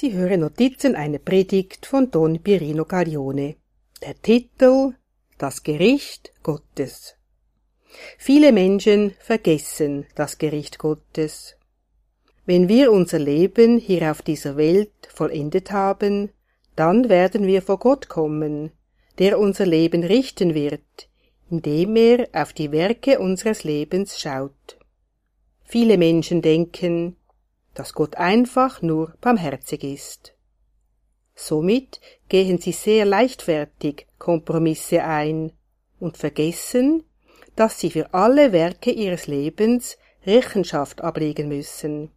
Sie hören Notizen einer Predigt von Don Pierino Gaglione. Der Titel: Das Gericht Gottes. Viele Menschen vergessen das Gericht Gottes. Wenn wir unser Leben hier auf dieser Welt vollendet haben, dann werden wir vor Gott kommen, der unser Leben richten wird, indem er auf die Werke unseres Lebens schaut. Viele Menschen denken, dass Gott einfach nur barmherzig ist. Somit gehen sie sehr leichtfertig Kompromisse ein und vergessen, dass sie für alle Werke ihres Lebens Rechenschaft ablegen müssen.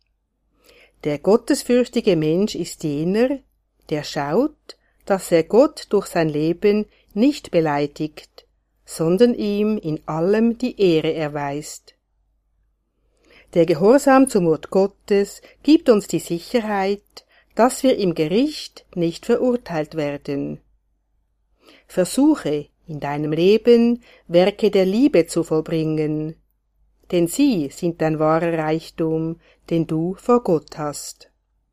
Der gottesfürchtige Mensch ist jener, der schaut, dass er Gott durch sein Leben nicht beleidigt, sondern ihm in allem die Ehre erweist. Der Gehorsam zum Wort Gottes gibt uns die Sicherheit, dass wir im Gericht nicht verurteilt werden. Versuche in deinem Leben Werke der Liebe zu vollbringen, denn sie sind dein wahrer Reichtum, den du vor Gott hast.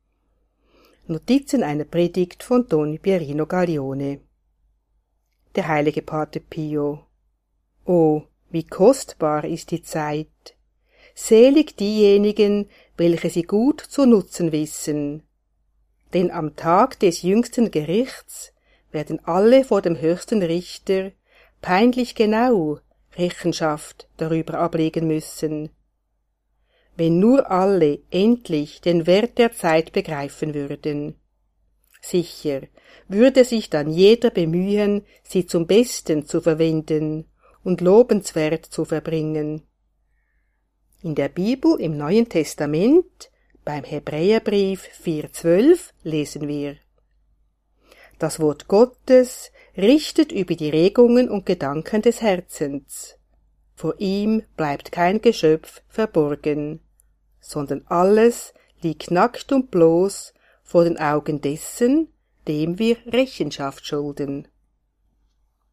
Notizen einer Predigt von Don Pierino Gaglione. Der heilige Pater Pio. Oh, wie kostbar ist die Zeit! Selig diejenigen, welche sie gut zu nutzen wissen. Denn am Tag des jüngsten Gerichts werden alle vor dem höchsten Richter peinlich genau Rechenschaft darüber ablegen müssen. Wenn nur alle endlich den Wert der Zeit begreifen würden. Sicher würde sich dann jeder bemühen, sie zum Besten zu verwenden und lobenswert zu verbringen. In der Bibel im Neuen Testament, beim Hebräerbrief 4,12, lesen wir: Das Wort Gottes richtet über die Regungen und Gedanken des Herzens. Vor ihm bleibt kein Geschöpf verborgen, sondern alles liegt nackt und bloß vor den Augen dessen, dem wir Rechenschaft schulden.